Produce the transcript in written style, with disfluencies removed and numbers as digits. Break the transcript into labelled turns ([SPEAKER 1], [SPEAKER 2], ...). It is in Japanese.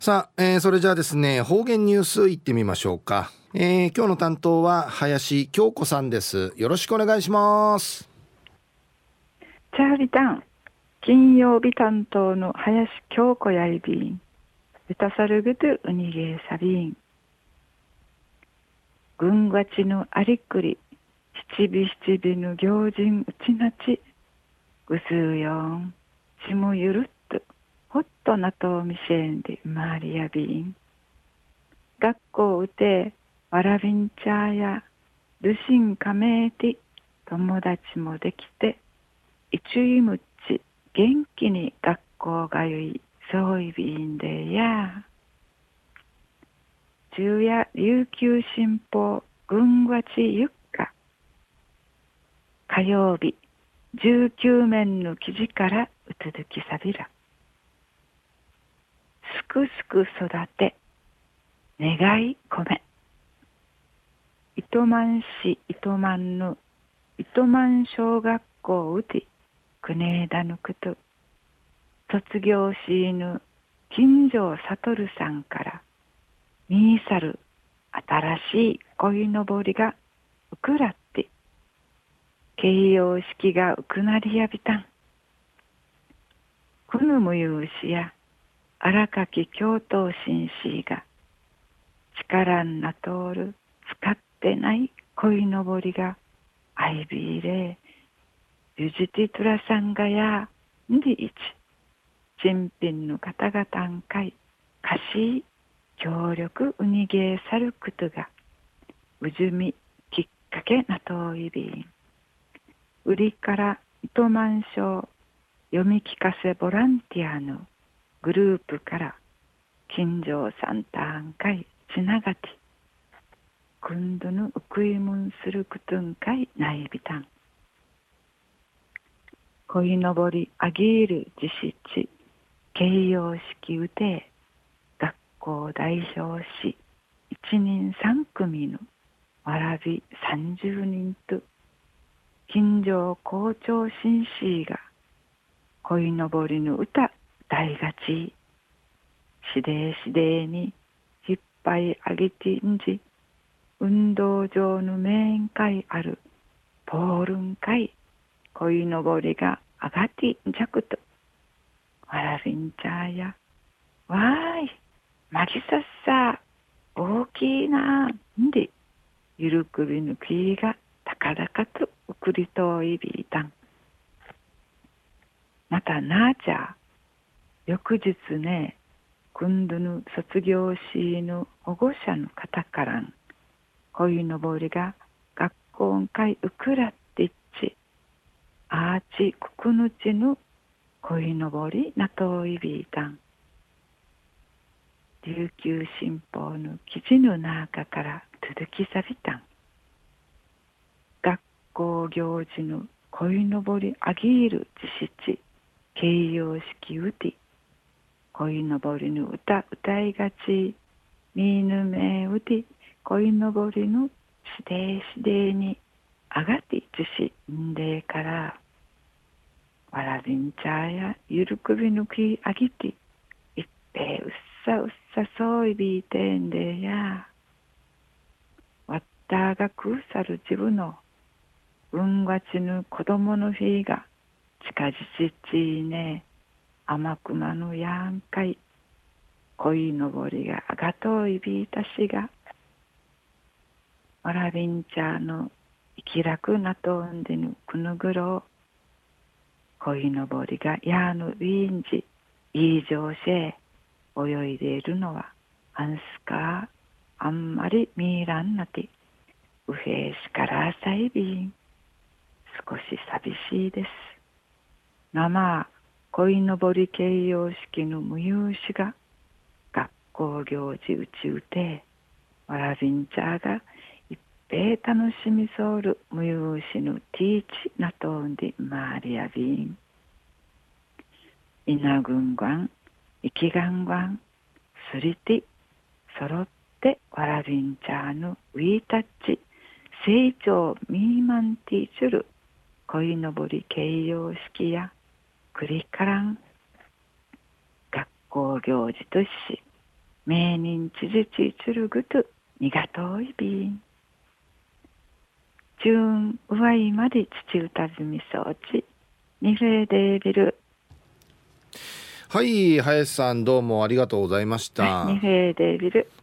[SPEAKER 1] さあ、それじゃあですね、方言ニュースいってみましょうか。今日の担当は林京子さんです。よろしくお願いします。
[SPEAKER 2] チャーリタン、金曜日担当の林京子やいびん、ゆたさるぐとうにげさびん、軍がちのありくり、七び七びの行人うちなち、ぐすうよん、ちむゆるっと、ほっとなとうみせんでまわりやびん、学校うて、わらびんちゃーや、るしんかめいて、友達もできて、いちいむっち元気に学校がゆいそういびんでや昼夜琉球新報軍がちゆっか火曜日19面の記事からうつづきさびらすくすく育て願い込め糸満市糸満の糸満小学校うて国枝のこと卒業しぬ金城悟さんから見いさる新しい鯉のぼりがうくらって形容式がうくなりやびたんくぬむゆうしや荒垣京都紳士が力んな通る使ってない鯉のぼりがアイビーレゆじてトラさんがやんでいち珍品の方々んかいかしい協力うにげさることがうじゅみきっかけなといびん売りから糸満省読み聞かせボランティアのグループから金城さんたんかいちながてくんどぬうくいむんするくとんかいないびたん鯉のぼりあげる実施形容式うて学校代表し一人三組のわらび30人と金城校長紳士が鯉のぼりの歌大がちしでしでにいっぱいあげてんじ運動場の面会あるポールン会鯉のぼりがあがてんじゃくとわらびんちゃーやわーいまぎさっさ大きいなんでゆるくびぬきが高々とうくりといびいたんまたなあちゃ翌日ね今度の卒業しの保護者の方からん鯉のぼりが学校んかいうくらっていっちあーちくくぬちの鯉のぼりなといびいたん琉球新報の記事の中から続きさびたん学校行事の鯉のぼりあげる実施形容式うて鯉のぼりの歌歌いがちみぬめうて鯉のぼりのしでしでにあがて実施んでからわらびんちゃやゆるくびぬきあぎていっぺうっさうっさそういびいてんでやわったがくうさる自分のうんがちぬ子供の日が近じちちね甘くまぬやんかい鯉のぼりがあがといびいたしがわらびんちゃの生きらくなとんでぬくぬぐろ鯉のぼりがやぬウィンジいい上せ泳いでいるのはあんすかあんまり見いらんなてうへいしからあさいびん少し寂しいです生鯉のぼり形容式の無有しが学校行事うちうてわらびんちゃがいっぺい楽しみそうる無有しのティーチなとんでまりやびんいなぐんがんいきがんがんすりてそろってわらびんちゃのウィータッチ成長ミーマンティーチュル鯉のぼり形容式やくりからん学校行事とし名人知事ちつるぐとにがといびん。中うわいまで土歌ずみそうち。にふえでびる。
[SPEAKER 1] はい、林さんどうもありがとうございました。
[SPEAKER 2] にふえでびる。